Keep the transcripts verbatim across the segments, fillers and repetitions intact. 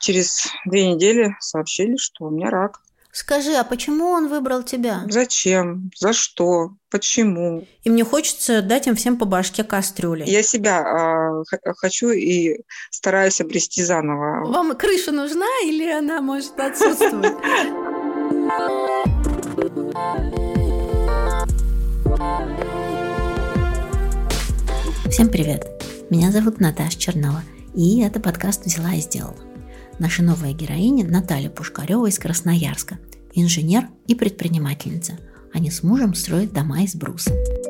через две недели сообщили, что у меня рак. Скажи, а почему он выбрал тебя? Зачем? За что? Почему? И мне хочется дать им всем по башке кастрюлей. Я себя а, х- хочу и стараюсь обрести заново. Вам крыша нужна или она может отсутствовать? Всем привет! Меня зовут Наташа Чернова, и это подкаст «Взяла и сделала». Наша новая героиня Наталья Пушкарева из Красноярска, инженер и предпринимательница. Они с мужем строят дома из бруса.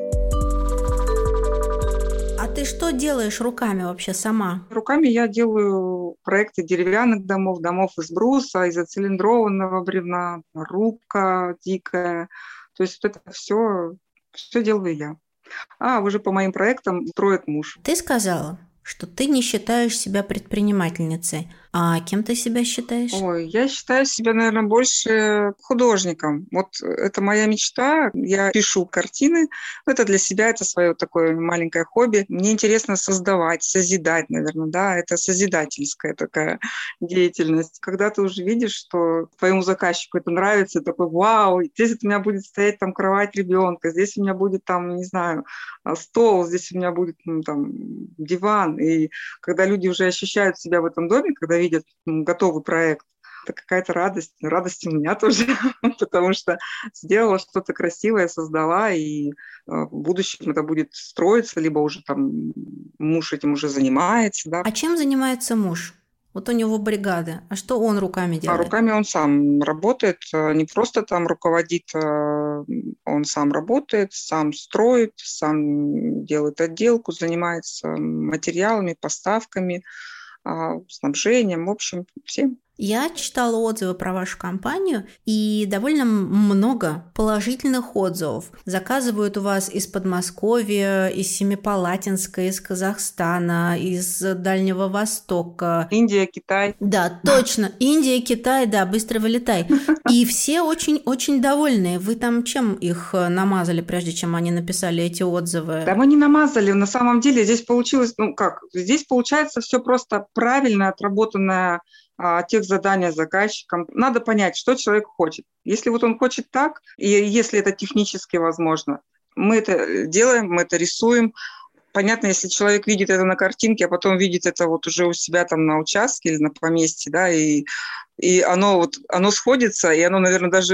А ты что делаешь руками вообще сама? Руками я делаю проекты деревянных домов, домов из бруса, из оцилиндрованного бревна, рубка дикая. То есть вот это все, все делаю я. А уже по моим проектам строит муж. Ты сказала, что ты не считаешь себя предпринимательницей. А кем ты себя считаешь? Ой, я считаю себя, наверное, больше художником. Вот это моя мечта. Я пишу картины. Это для себя, это свое такое маленькое хобби. Мне интересно создавать, созидать, наверное, да. Это созидательская такая деятельность. Когда ты уже видишь, что твоему заказчику это нравится, такой, вау, здесь у меня будет стоять там кровать ребенка, здесь у меня будет там, не знаю, стол, здесь у меня будет ну, там диван. И когда люди уже ощущают себя в этом доме, когда видят готовый проект, это какая-то радость. Радость у меня тоже, потому что сделала что-то красивое, создала, и в будущем это будет строиться, либо уже там муж этим уже занимается. Да. А чем занимается муж? Вот у него бригада. А что он руками делает? А руками он сам работает, не просто там руководит, он сам работает, сам строит, сам делает отделку, занимается материалами, поставками, снабжением, в общем, всем. Я читала отзывы про вашу компанию, и довольно много положительных отзывов. Заказывают у вас из Подмосковья, из Семипалатинска, из Казахстана, из Дальнего Востока. Индия, Китай. Да, точно. Индия, Китай, да, быстро вылетай. И все очень-очень довольные. Вы там чем их намазали, прежде чем они написали эти отзывы? Да мы не намазали. На самом деле здесь получилось, ну как, здесь получается все просто правильно отработанное тех задания заказчикам. Надо понять, что человек хочет. Если вот он хочет так, и если это технически возможно, мы это делаем, мы это рисуем. Понятно, если человек видит это на картинке, а потом видит это вот уже у себя там на участке или на поместье, да, и, и оно вот оно сходится, и оно, наверное, даже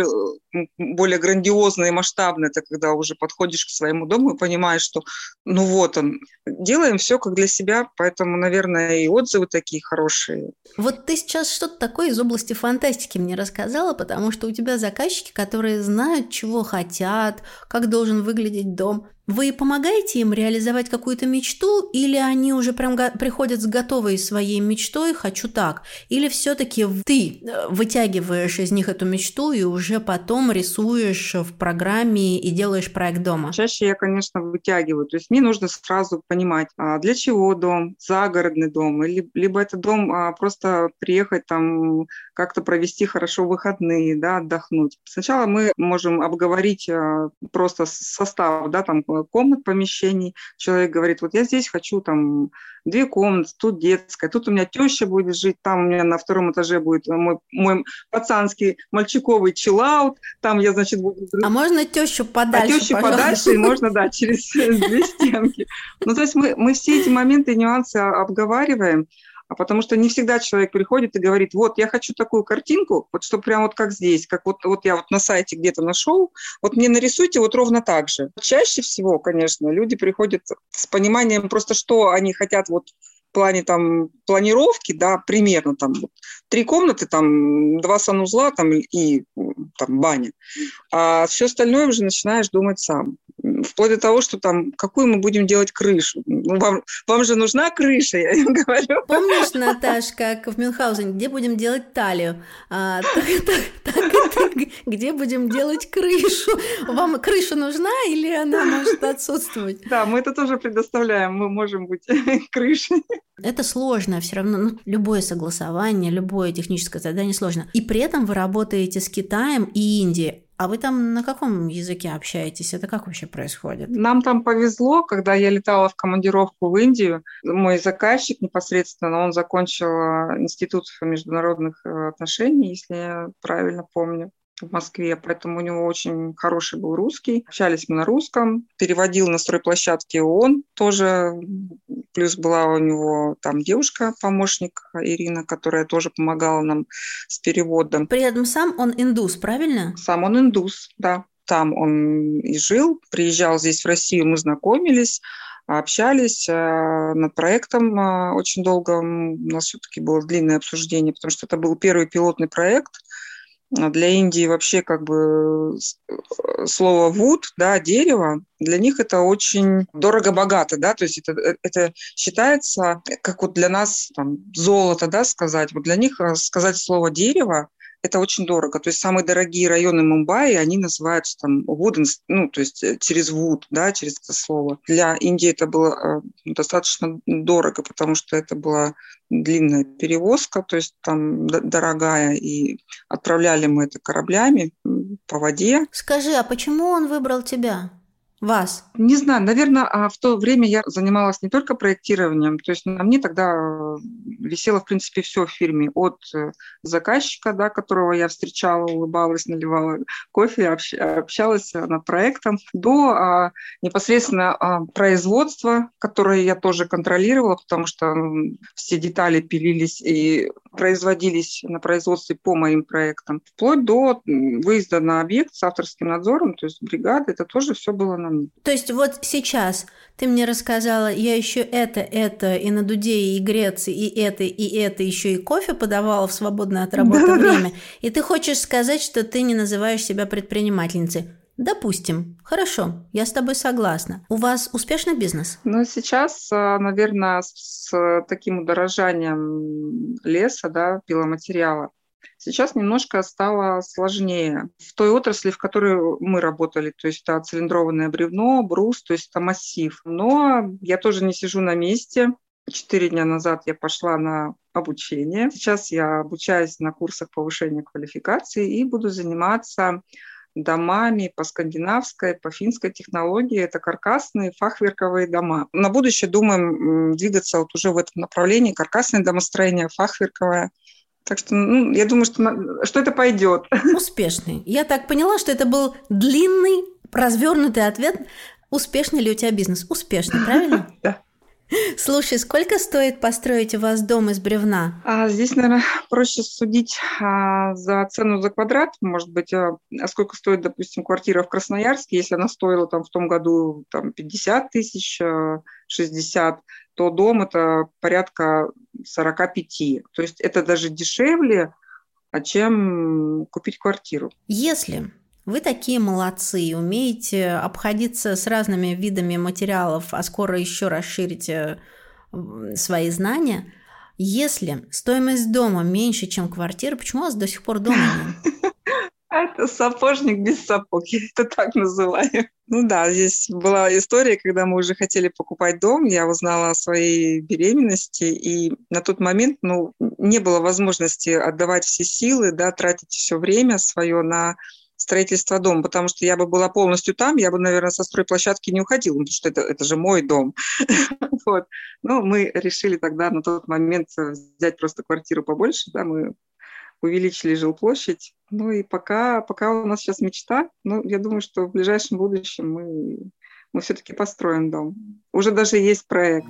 более грандиозное и масштабное, это когда уже подходишь к своему дому и понимаешь, что ну вот он. Делаем все как для себя, поэтому, наверное, и отзывы такие хорошие. Вот ты сейчас что-то такое из области фантастики мне рассказала, потому что у тебя заказчики, которые знают, чего хотят, как должен выглядеть дом. Вы помогаете им реализовать какую-то мечту, или они уже прям го- приходят с готовой своей мечтой «хочу так», или все-таки ты вытягиваешь из них эту мечту и уже потом рисуешь в программе и делаешь проект дома? Чаще я, конечно, вытягиваю. То есть мне нужно сразу понимать, для чего дом, загородный дом, или, либо это дом просто приехать там как-то провести хорошо выходные, да, отдохнуть. Сначала мы можем обговорить просто состав, да, там комнат, помещений. Человек говорит, вот я здесь хочу там две комнаты, тут детская, тут у меня теща будет жить, там у меня на втором этаже будет мой, мой пацанский мальчиковый чиллаут, там я, значит, буду... А можно тещу подальше, А тещу пожалуйста? подальше, и можно, да, через две стенки. Ну, то есть мы, мы все эти моменты и нюансы обговариваем, а потому что не всегда человек приходит и говорит, вот, я хочу такую картинку, вот чтобы прям вот как здесь, как вот, вот я вот на сайте где-то нашел, вот мне нарисуйте вот ровно так же. Чаще всего, конечно, люди приходят с пониманием просто, что они хотят вот в плане там планировки, да, примерно там вот, три комнаты, там два санузла там, и там баня, а все остальное уже начинаешь думать сам. Вплоть до того, что там, какую мы будем делать крышу. Ну, вам, вам же нужна крыша, я им говорю. Помнишь, Наташ, как в Мюнхгаузене, где будем делать талию? А, так, так, так, так, где будем делать крышу? Вам крыша нужна или она может отсутствовать? Да, мы это тоже предоставляем, мы можем быть крышей. Это сложно, все равно ну, любое согласование, любое техническое задание сложно. И при этом вы работаете с Китаем и Индией. А вы там на каком языке общаетесь? Это как вообще происходит? Нам там повезло, когда я летала в командировку в Индию. Мой заказчик непосредственно, он закончил Институт международных отношений, если я правильно помню, в Москве, поэтому у него очень хороший был русский. Общались мы на русском, переводил на стройплощадке он тоже, плюс была у него там девушка, помощник Ирина, которая тоже помогала нам с переводом. При этом сам он индус, правильно? Сам он индус, да. Там он и жил, приезжал здесь в Россию, мы знакомились, общались над проектом очень долго. У нас все-таки было длинное обсуждение, потому что это был первый пилотный проект. Для Индии вообще как бы слово wood, да, дерево, для них это очень дорого-богато, да, то есть это, это считается, как вот для нас там, золото, да, сказать, вот для них сказать слово дерево, это очень дорого. То есть самые дорогие районы Мумбаи, они называются там wooden, ну, то есть через wood, да, через это слово. Для Индии это было э, достаточно дорого, потому что это была длинная перевозка, то есть там д- дорогая, и отправляли мы это кораблями по воде. Скажи, а почему он выбрал тебя? Вас? Не знаю, наверное, в то время я занималась не только проектированием, то есть на мне тогда висело, в принципе, все в фирме. От заказчика, да, которого я встречала, улыбалась, наливала кофе, общалась над проектом, до а, непосредственно а, производства, которое я тоже контролировала, потому что ну, все детали пилились и производились на производстве по моим проектам, вплоть до выезда на объект с авторским надзором, то есть бригады, это тоже все было на мне. То есть вот сейчас ты мне рассказала, я еще это, это, и на дуде, и Греции, и это, и это, еще и кофе подавала в свободное от работы да, время, да. И ты хочешь сказать, что ты не называешь себя предпринимательницей. Допустим. Хорошо, я с тобой согласна. У вас успешный бизнес? Ну, сейчас, наверное, с таким удорожанием леса, да, пиломатериала, сейчас немножко стало сложнее. В той отрасли, в которой мы работали, то есть это цилиндрованное бревно, брус, то есть это массив. Но я тоже не сижу на месте. Четыре дня назад я пошла на обучение. Сейчас я обучаюсь на курсах повышения квалификации и буду заниматься домами по скандинавской, по финской технологии. Это каркасные фахверковые дома. На будущее думаем двигаться вот уже в этом направлении. Каркасное домостроение, фахверковое. Так что, ну, я думаю, что, что это пойдет. Успешный. Я так поняла, что это был длинный, развернутый ответ. Успешный ли у тебя бизнес? Успешный, правильно? Да. Слушай, сколько стоит построить у вас дом из бревна? А здесь, наверное, проще судить а, за цену за квадрат. Может быть, а, а сколько стоит, допустим, квартира в Красноярске, если она стоила там в том году там, пятьдесят тысяч, шестьдесят, то дом это порядка сорок пять. То есть это даже дешевле, чем купить квартиру. Если вы такие молодцы и умеете обходиться с разными видами материалов, а скоро еще расширите свои знания, если стоимость дома меньше, чем квартира, почему у вас до сих пор дома нет? Это сапожник без сапог, я это так называю. Ну да, здесь была история, когда мы уже хотели покупать дом, я узнала о своей беременности, и на тот момент ну, не было возможности отдавать все силы, да, тратить все время свое на строительство дома, потому что я бы была полностью там, я бы, наверное, со стройплощадки не уходила, потому что это, это же мой дом. Вот. Но мы решили тогда на тот момент взять просто квартиру побольше, да, мы увеличили жилплощадь. Ну и пока, пока у нас сейчас мечта, ну, я думаю, что в ближайшем будущем мы, мы все-таки построим дом. Уже даже есть проект.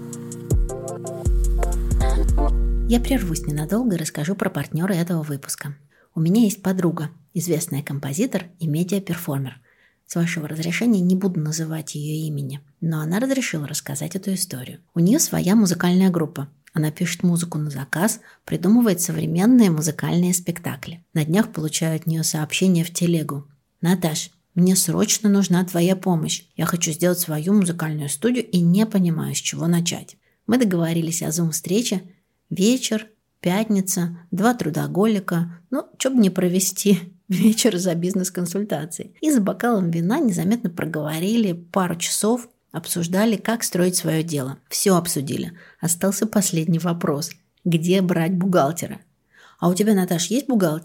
Я прервусь ненадолго и расскажу про партнера этого выпуска. У меня есть подруга, известная композитор и медиаперформер. С вашего разрешения не буду называть ее имени, но она разрешила рассказать эту историю. У нее своя музыкальная группа. Она пишет музыку на заказ, придумывает современные музыкальные спектакли. На днях получаю от нее сообщение в телегу. «Наташ, мне срочно нужна твоя помощь. Я хочу сделать свою музыкальную студию и не понимаю, с чего начать». Мы договорились о зум-встрече. Вечер, пятница, два трудоголика. Ну, что бы не провести вечер за бизнес-консультацией. И за бокалом вина незаметно проговорили пару часов, обсуждали, как строить свое дело. Все обсудили. Остался последний вопрос. Где брать бухгалтера? А у тебя, Наташ, есть бухгалтер?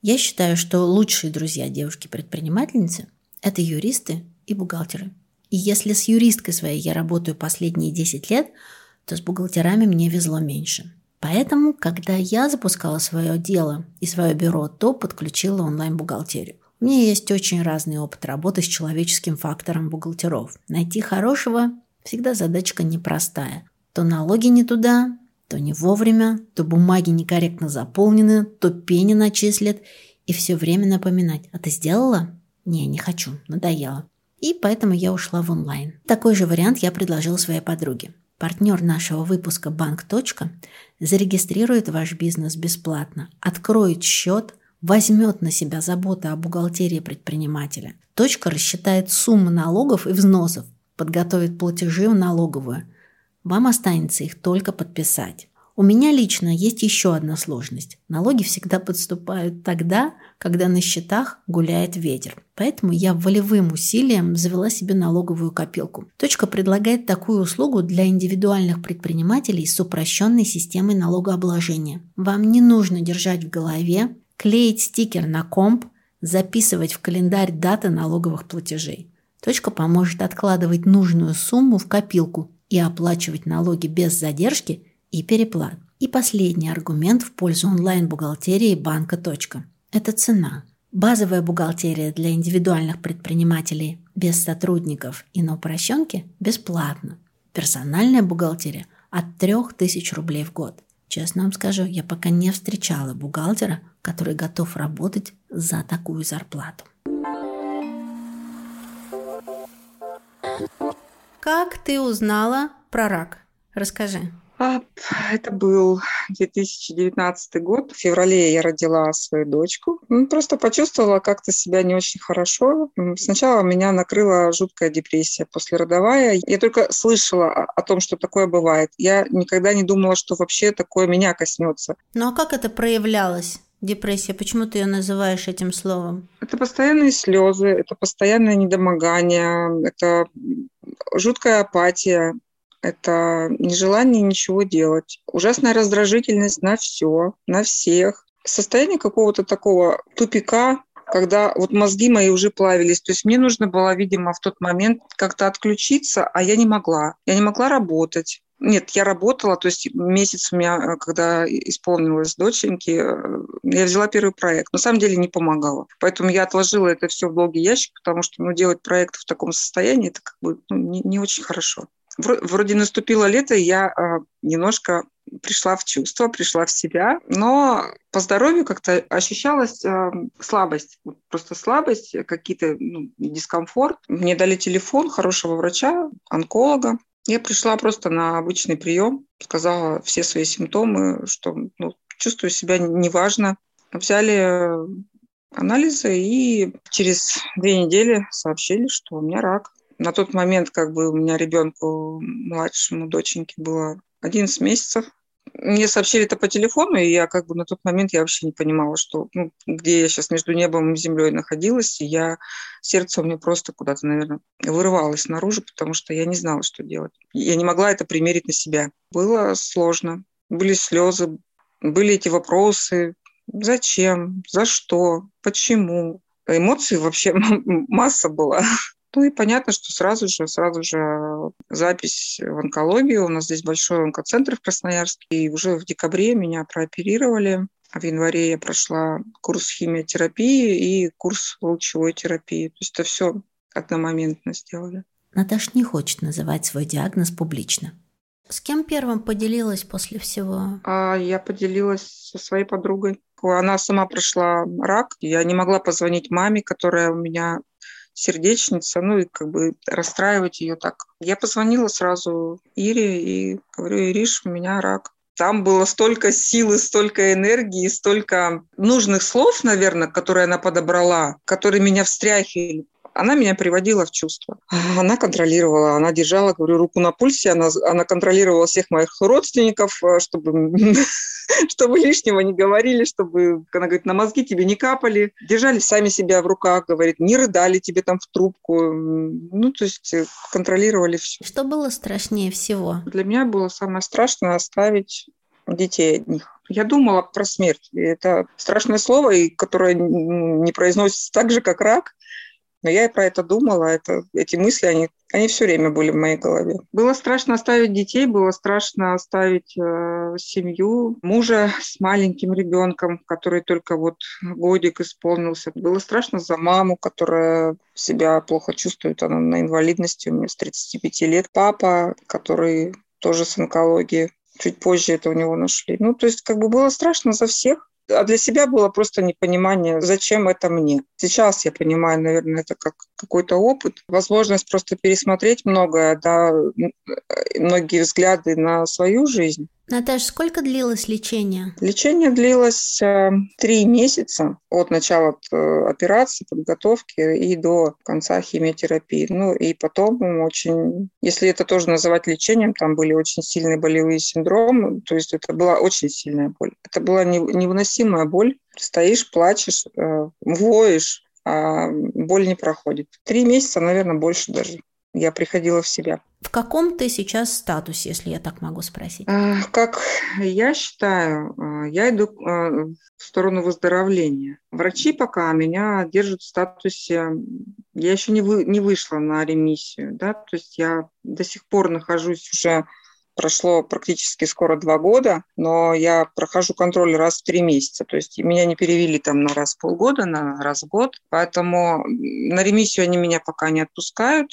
Я считаю, что лучшие друзья девушки-предпринимательницы – это юристы и бухгалтеры. И если с юристкой своей я работаю последние десять лет, то с бухгалтерами мне везло меньше. Поэтому, когда я запускала свое дело и свое бюро, то подключила онлайн-бухгалтерию. У меня есть очень разный опыт работы с человеческим фактором бухгалтеров. Найти хорошего всегда задачка непростая. То налоги не туда, то не вовремя, то бумаги некорректно заполнены, то пени начислят. И все время напоминать: а ты сделала? Не, не хочу, надоело. И поэтому я ушла в онлайн. Такой же вариант я предложила своей подруге. Партнер нашего выпуска «Банк. Зарегистрирует ваш бизнес бесплатно, откроет счет, возьмет на себя заботу о бухгалтерии предпринимателя. Точка рассчитает сумму налогов и взносов, подготовит платежи в налоговую. Вам останется их только подписать. У меня лично есть еще одна сложность. Налоги всегда подступают тогда, когда на счетах гуляет ветер. Поэтому я волевым усилием завела себе налоговую копилку. Точка предлагает такую услугу для индивидуальных предпринимателей с упрощенной системой налогообложения. Вам не нужно держать в голове, клеить стикер на комп, записывать в календарь даты налоговых платежей. Точка поможет откладывать нужную сумму в копилку и оплачивать налоги без задержки и переплат. И последний аргумент в пользу онлайн-бухгалтерии банка. Это цена. Базовая бухгалтерия для индивидуальных предпринимателей без сотрудников и на упрощенке бесплатно. Персональная бухгалтерия от трёх тысяч рублей в год. Честно вам скажу, я пока не встречала бухгалтера, который готов работать за такую зарплату. Как ты узнала про рак? Расскажи. А, Это был две тысячи девятнадцатый год. В феврале я родила свою дочку. Ну, Просто почувствовала как-то себя не очень хорошо. М, Сначала меня накрыла жуткая депрессия послеродовая. Я только слышала о о том, что такое бывает. Я никогда не думала, что вообще такое меня коснется. Ну а как это проявлялось? Депрессия, почему ты ее называешь этим словом? Это постоянные слезы, это постоянное недомогание, это м, жуткая апатия, это нежелание ничего делать, ужасная раздражительность на все, на всех. Состояние какого-то такого тупика, когда вот мозги мои уже плавились. То есть мне нужно было, видимо, в тот момент как-то отключиться, а я не могла. Я не могла работать. Нет, я работала, то есть месяц у меня, э, когда исполнилось доченьки, э, я взяла первый проект. На самом деле не помогало. Поэтому я отложила это все в долгий ящик, потому что ну, делать проект в таком состоянии, это как бы ну, не, не очень хорошо. Вро- Вроде наступило лето, и я э, немножко пришла в чувство, пришла в себя, но по здоровью как-то ощущалась э, слабость, Вот просто слабость, э, какие-то ну, дискомфорт. Мне дали телефон хорошего врача, онколога. Я пришла просто на обычный прием, сказала все свои симптомы, что ну, чувствую себя неважно. Взяли анализы и через две недели сообщили, что у меня рак. На тот момент как бы у меня ребенку младшему доченьке было одиннадцать месяцев. Мне сообщили это по телефону, и я как бы на тот момент я вообще не понимала, что ну, где я сейчас между небом и землей находилась, и я сердце у меня просто куда-то, наверное, вырывалось наружу, потому что я не знала, что делать. Я не могла это примерить на себя. Было сложно. Были слезы, были эти вопросы. Зачем? За что? Почему? Эмоций вообще масса была. Ну и понятно, что сразу же, сразу же запись в онкологию. У нас здесь большой онкоцентр в Красноярске. И уже в декабре меня прооперировали. А в январе я прошла курс химиотерапии и курс лучевой терапии. То есть это все одномоментно сделали. Наташа не хочет называть свой диагноз публично. С кем первым поделилась после всего? А я поделилась со своей подругой. Она сама прошла рак. Я не могла позвонить маме, которая у меня сердечница, ну и как бы расстраивать ее так. Я позвонила сразу Ире и говорю: Ириш, у меня рак. Там было столько силы, столько энергии, столько нужных слов, наверное, которые она подобрала, которые меня встряхивали. Она меня приводила в чувство. Она контролировала, она держала, говорю, руку на пульсе, она, она контролировала всех моих родственников, чтобы, чтобы лишнего не говорили, чтобы, она говорит, на мозги тебе не капали, держали сами себя в руках, говорит, не рыдали тебе там в трубку. Ну, то есть контролировали все. Что было страшнее всего? Для меня было самое страшное оставить детей одних. Я думала про смерть. И это страшное слово, и которое не произносится так же, как рак. Но я и про это думала. Это, эти мысли, они, они все время были в моей голове. Было страшно оставить детей, было страшно оставить э, семью, мужа с маленьким ребенком, который только вот годик исполнился. Было страшно за маму, которая себя плохо чувствует. Она на инвалидности у меня с тридцати пяти лет. Папа, который тоже с онкологией. Чуть позже это у него нашли. Ну, то есть как бы было страшно за всех. А для себя было просто непонимание, зачем это мне. Сейчас я понимаю, наверное, это как какой-то опыт, возможность просто пересмотреть многое, да, многие взгляды на свою жизнь. Наташ, сколько длилось лечение? Лечение длилось э, три месяца от начала э, операции, подготовки и до конца химиотерапии. Ну и потом очень, если это тоже называть лечением, там были очень сильные болевые синдромы, то есть это была очень сильная боль. Это была невыносимая боль. Стоишь, плачешь, э, воешь, а боль не проходит. Три месяца, наверное, больше даже. Я приходила в себя. В каком ты сейчас статусе, если я так могу спросить? Как я считаю, я иду в сторону выздоровления. Врачи пока меня держат в статусе, я еще не, вы, не вышла на ремиссию, да, то есть я до сих пор нахожусь уже, прошло практически скоро два года, но я прохожу контроль раз в три месяца, то есть меня не перевели там на раз в полгода, на раз в год, поэтому на ремиссию они меня пока не отпускают.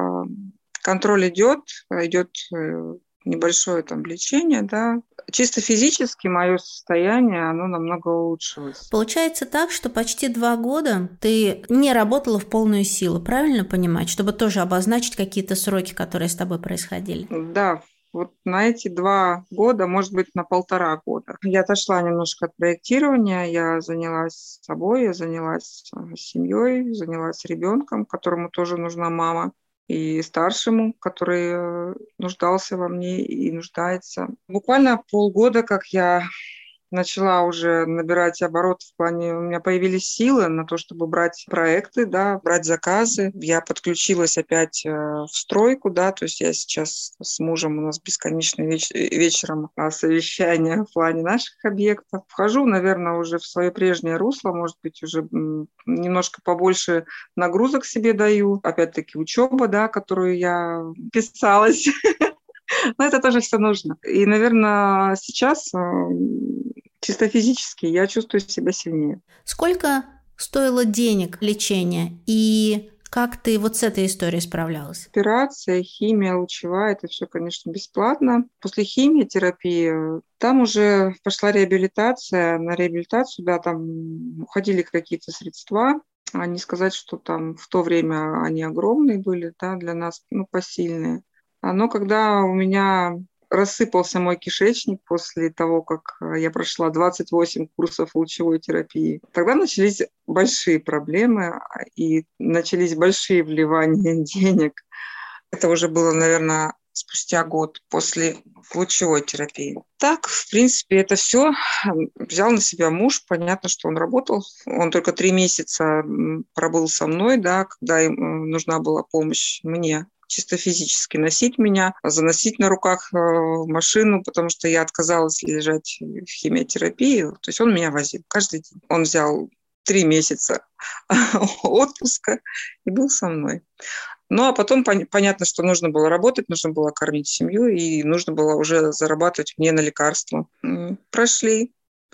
Контроль идет, идет небольшое там лечение, да. Чисто физически мое состояние, оно намного улучшилось. Получается так, что почти два года ты не работала в полную силу, правильно понимать, чтобы тоже обозначить какие-то сроки, которые с тобой происходили? Да, вот на эти два года, может быть, на полтора года. Я отошла немножко от проектирования, я занялась собой, я занялась семьей, занялась ребенком, которому тоже нужна мама, и старшему, который нуждался во мне и нуждается. Буквально полгода, как я начала уже набирать обороты в плане, у меня появились силы на то, чтобы брать проекты, да, брать заказы. Я подключилась опять в стройку, да, то есть я сейчас с мужем, у нас бесконечный веч- вечером совещание в плане наших объектов. Вхожу, наверное, уже в свое прежнее русло, может быть, уже немножко побольше нагрузок себе даю. Опять-таки учеба, да, которую я писалась. Но это тоже все нужно. И, наверное, сейчас чисто физически я чувствую себя сильнее. Сколько стоило денег лечение и как ты вот с этой историей справлялась? Операция, химия, лучевая, это все, конечно, бесплатно. После химиотерапии там уже пошла реабилитация. На реабилитацию, да, там уходили какие-то средства. А не сказать, что там в то время они огромные были, да, для нас, ну, посильные. Но когда у меня рассыпался мой кишечник после того, как я прошла двадцать восемь курсов лучевой терапии, тогда начались большие проблемы и начались большие вливания денег. Это уже было, наверное, спустя год после лучевой терапии. Так, в принципе, это все взял на себя муж. Понятно, что он работал. Он только три месяца пробыл со мной, да, когда ему нужна была помощь мне чисто физически носить меня, заносить на руках в машину, потому что я отказалась лежать в химиотерапии. То есть он меня возил каждый день. Он взял три месяца отпуска и был со мной. Ну, а потом пон- понятно, что нужно было работать, нужно было кормить семью, и нужно было уже зарабатывать мне на лекарства. М, Прошли.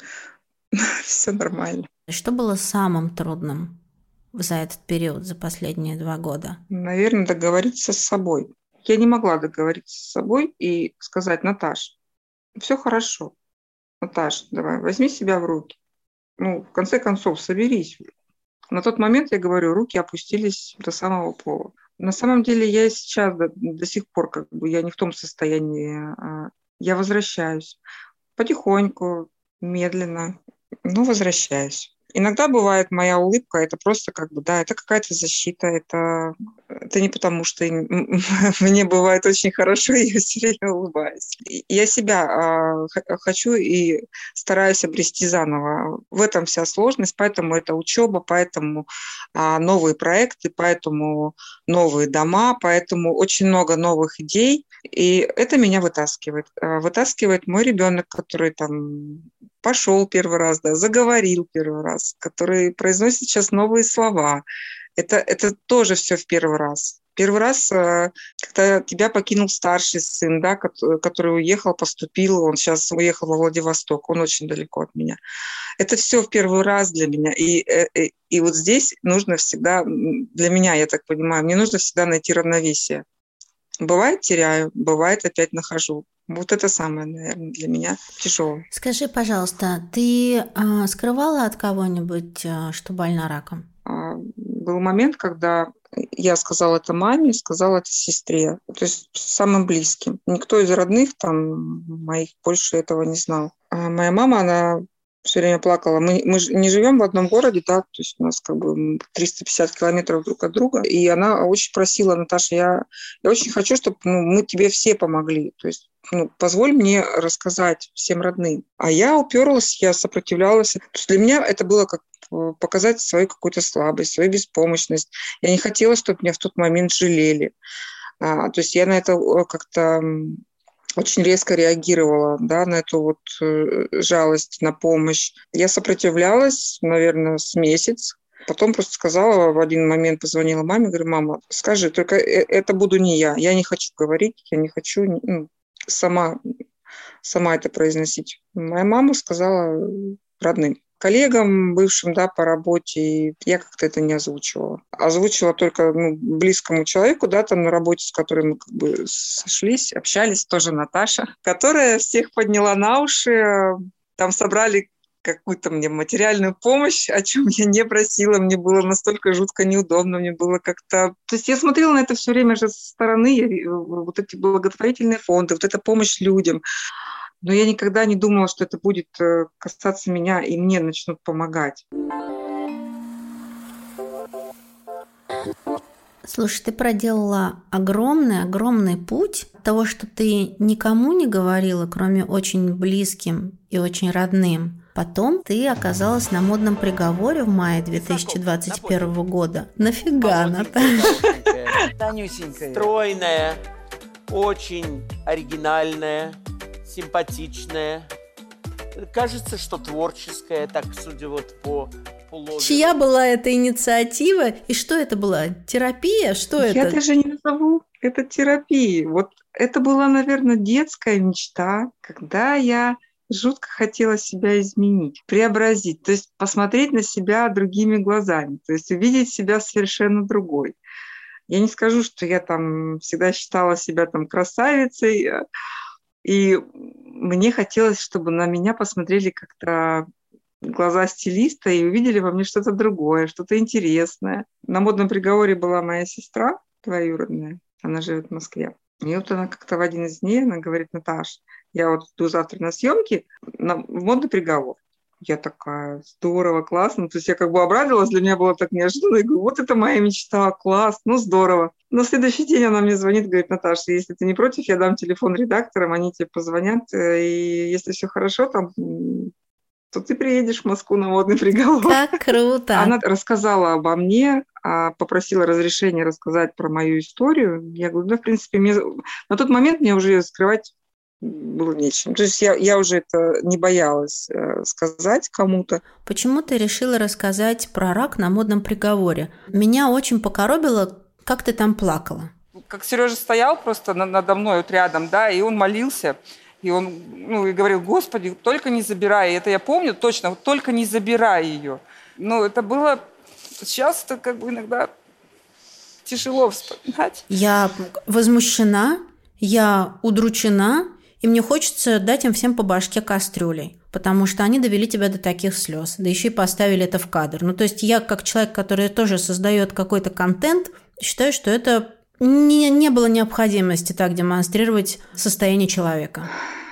Все нормально. Что было самым трудным за этот период, за последние два года? Наверное, договориться с собой. Я не могла договориться с собой и сказать: Наташ, все хорошо. Наташ, давай, возьми себя в руки. Ну, в конце концов, соберись. На тот момент, я говорю, руки опустились до самого пола. На самом деле я и сейчас до, до сих пор как бы я не в том состоянии. а, Я возвращаюсь потихоньку, медленно, но возвращаюсь. Иногда бывает моя улыбка, это просто как бы, да, это какая-то защита, это Это не потому, что мне бывает очень хорошо, и я все время улыбаюсь. Я себя хочу и стараюсь обрести заново. В этом вся сложность, поэтому это учеба, поэтому новые проекты, поэтому новые дома, поэтому очень много новых идей, и это меня вытаскивает. Вытаскивает мой ребенок, который там пошел первый раз, да, заговорил первый раз, который произносит сейчас новые слова. Это, это тоже все в первый раз. Первый раз, когда тебя покинул старший сын, да, который уехал, поступил, он сейчас уехал во Владивосток, он очень далеко от меня. Это все в первый раз для меня. И, и, и вот здесь нужно всегда, для меня, я так понимаю, мне нужно всегда найти равновесие. Бывает теряю, бывает опять нахожу. Вот это самое, наверное, для меня тяжелое. Скажи, пожалуйста, ты а, скрывала от кого-нибудь, а, что больна раком? А, был момент, когда я сказала это маме, сказала это сестре, то есть самым близким. Никто из родных там моих больше этого не знал. А моя мама, она все время плакала. Мы, мы не живем в одном городе, да, то есть у нас как бы триста пятьдесят километров друг от друга. И она очень просила: Наташа, я, я очень хочу, чтобы ну, мы тебе все помогли. То есть ну, позволь мне рассказать всем родным. А я уперлась, я сопротивлялась. То есть для меня это было как показать свою какую-то слабость, свою беспомощность. Я не хотела, чтобы меня в тот момент жалели. А, то есть я на это как-то очень резко реагировала, да, на эту вот э, жалость, на помощь. Я сопротивлялась, наверное, с месяц. Потом просто сказала, в один момент позвонила маме, говорю: мама, скажи, только это буду не я. Я не хочу говорить, я не хочу ну, сама, сама это произносить. Моя мама сказала родным. Коллегам, бывшим, да, по работе, я как-то это не озвучивала. Озвучила только ну, близкому человеку, да, там на работе, с которым мы как бы сошлись, общались, тоже Наташа, которая всех подняла на уши. Там собрали какую-то мне материальную помощь, о чем я не просила. Мне было настолько жутко неудобно, мне было как-то... То есть я смотрела на это все время же со стороны, вот эти благотворительные фонды, вот эта помощь людям. Но я никогда не думала, что это будет касаться меня, и мне начнут помогать. Слушай, ты проделала огромный-огромный путь от того, что ты никому не говорила, кроме очень близким и очень родным. Потом ты оказалась на модном приговоре в мае две тысячи двадцать первого года. Нафига, Наташа? Тонюсенькая. Стройная, очень оригинальная, симпатичная. Кажется, что творческая, так судя вот по половину. Чья была эта инициатива? И что это была? Терапия? Что Я это? Я даже не назову это терапией. Вот это была, наверное, детская мечта, когда я жутко хотела себя изменить, преобразить, то есть посмотреть на себя другими глазами, то есть увидеть себя совершенно другой. Я не скажу, что я там всегда считала себя там красавицей, и мне хотелось, чтобы на меня посмотрели как-то глаза стилиста и увидели во мне что-то другое, что-то интересное. На модном приговоре была моя сестра двоюродная, она живет в Москве. И вот она как-то в один из дней, она говорит: Наташ, я вот иду завтра на съемки, на модный приговор. Я такая: здорово, классно. То есть я как бы обрадовалась, для меня было так неожиданно. Я говорю: вот это моя мечта, класс, ну здорово. На следующий день она мне звонит, говорит: Наташа, если ты не против, я дам телефон редакторам, они тебе позвонят, и если все хорошо, там, то ты приедешь в Москву на модный приговор. Как круто! Она рассказала обо мне, попросила разрешения рассказать про мою историю. Я говорю: да, в принципе, мне... на тот момент мне уже скрывать было нечем. То есть я, я уже это не боялась э, сказать кому-то. Почему ты решила рассказать про рак на модном приговоре? Меня очень покоробило, как ты там плакала. Как Сережа стоял просто надо мной вот рядом, да, и он молился, и он ну, и говорил: Господи, только не забирай. И это я помню точно, вот только не забирай ее. Ну, это было... Сейчас это как бы иногда тяжело вспоминать. Я возмущена, я удручена, и мне хочется дать им всем по башке кастрюлей, потому что они довели тебя до таких слез, да еще и поставили это в кадр. Ну, то есть я, как человек, который тоже создает какой-то контент, считаю, что это не, не было необходимости так демонстрировать состояние человека.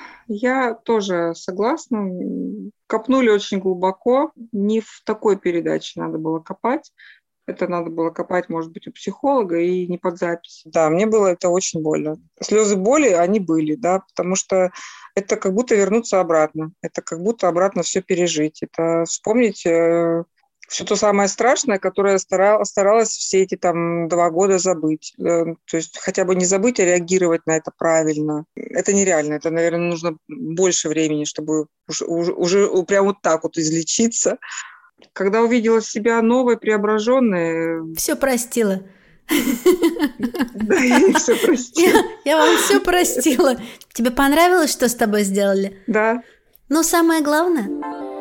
Я тоже согласна. Копнули очень глубоко. Не в такой передаче надо было копать. Это надо было копать, может быть, у психолога и не под запись. Да, мне было это очень больно. Слезы боли, они были, да, потому что это как будто вернуться обратно. Это как будто обратно все пережить. Это вспомнить э, все то самое страшное, которое я старалась, старалась все эти там два года забыть. Э, то есть хотя бы не забыть, а реагировать на это правильно. Это нереально. Это, наверное, нужно больше времени, чтобы уже, уже, уже прям вот так вот излечиться. Когда увидела себя новой, преображенной... Все простила. Да, я все простила. Я, я вам все простила. Тебе понравилось, что с тобой сделали? Да. Ну, самое главное...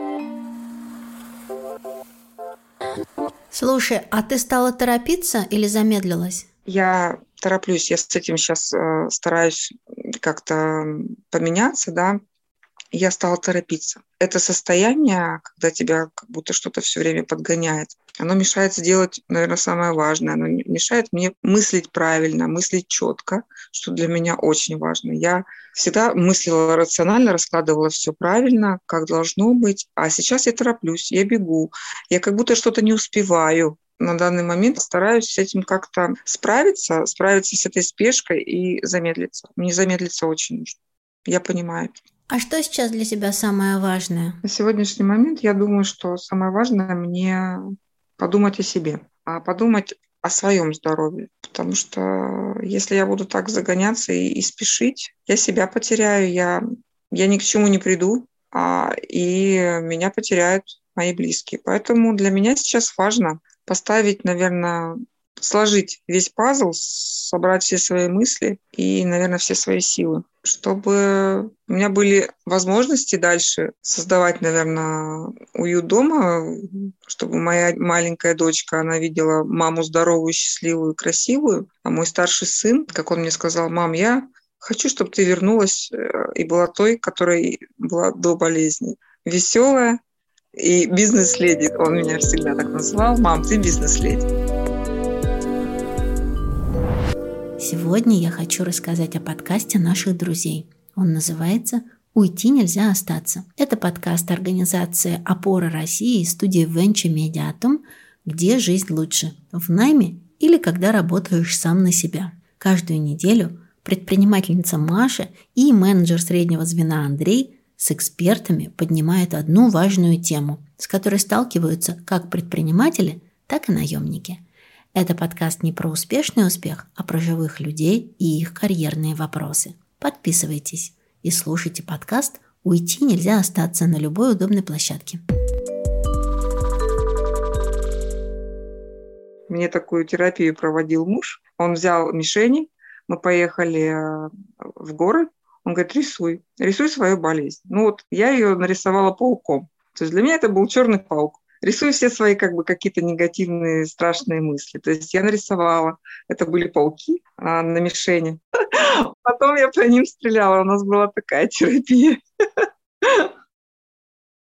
Слушай, а ты стала торопиться или замедлилась? Я тороплюсь. Я с этим сейчас э, стараюсь как-то поменяться, да. Я стала торопиться. Это состояние, когда тебя как будто что-то все время подгоняет, оно мешает сделать, наверное, самое важное. Оно мешает мне мыслить правильно, мыслить четко, что для меня очень важно. Я всегда мыслила рационально, раскладывала все правильно, как должно быть. А сейчас я тороплюсь, я бегу. Я как будто что-то не успеваю. На данный момент стараюсь с этим как-то справиться, справиться с этой спешкой и замедлиться. Мне замедлиться очень нужно. Я понимаю это. А что сейчас для тебя самое важное? На сегодняшний момент я думаю, что самое важное мне подумать о себе, а подумать о своем здоровье. Потому что если я буду так загоняться и, и спешить, я себя потеряю, я, я ни к чему не приду, а, и меня потеряют мои близкие. Поэтому для меня сейчас важно поставить, наверное, сложить весь пазл, собрать все свои мысли и, наверное, все свои силы, чтобы у меня были возможности дальше создавать, наверное, уют дома, чтобы моя маленькая дочка, она видела маму здоровую, счастливую, красивую, а мой старший сын, как он мне сказал: мам, я хочу, чтобы ты вернулась и была той, которой была до болезни. Веселая и бизнес-леди. Он меня всегда так называл: мам, ты бизнес-леди. Сегодня я хочу рассказать о подкасте наших друзей. Он называется «Уйти нельзя остаться». Это подкаст организации «Опора России» и студии Venture Media о том, где жизнь лучше – в найме или когда работаешь сам на себя. Каждую неделю предпринимательница Маша и менеджер среднего звена Андрей с экспертами поднимают одну важную тему, с которой сталкиваются как предприниматели, так и наемники. Это подкаст не про успешный успех, а про живых людей и их карьерные вопросы. Подписывайтесь и слушайте подкаст «Уйти нельзя остаться» на любой удобной площадке. Мне такую терапию проводил муж. Он взял мишени, мы поехали в горы. Он говорит: рисуй, рисуй свою болезнь. Ну вот я ее нарисовала пауком. То есть для меня это был черный паук. Рисую все свои как бы какие-то негативные, страшные мысли. То есть я нарисовала. Это были пауки а, на мишени. Потом я по ним стреляла. У нас была такая терапия.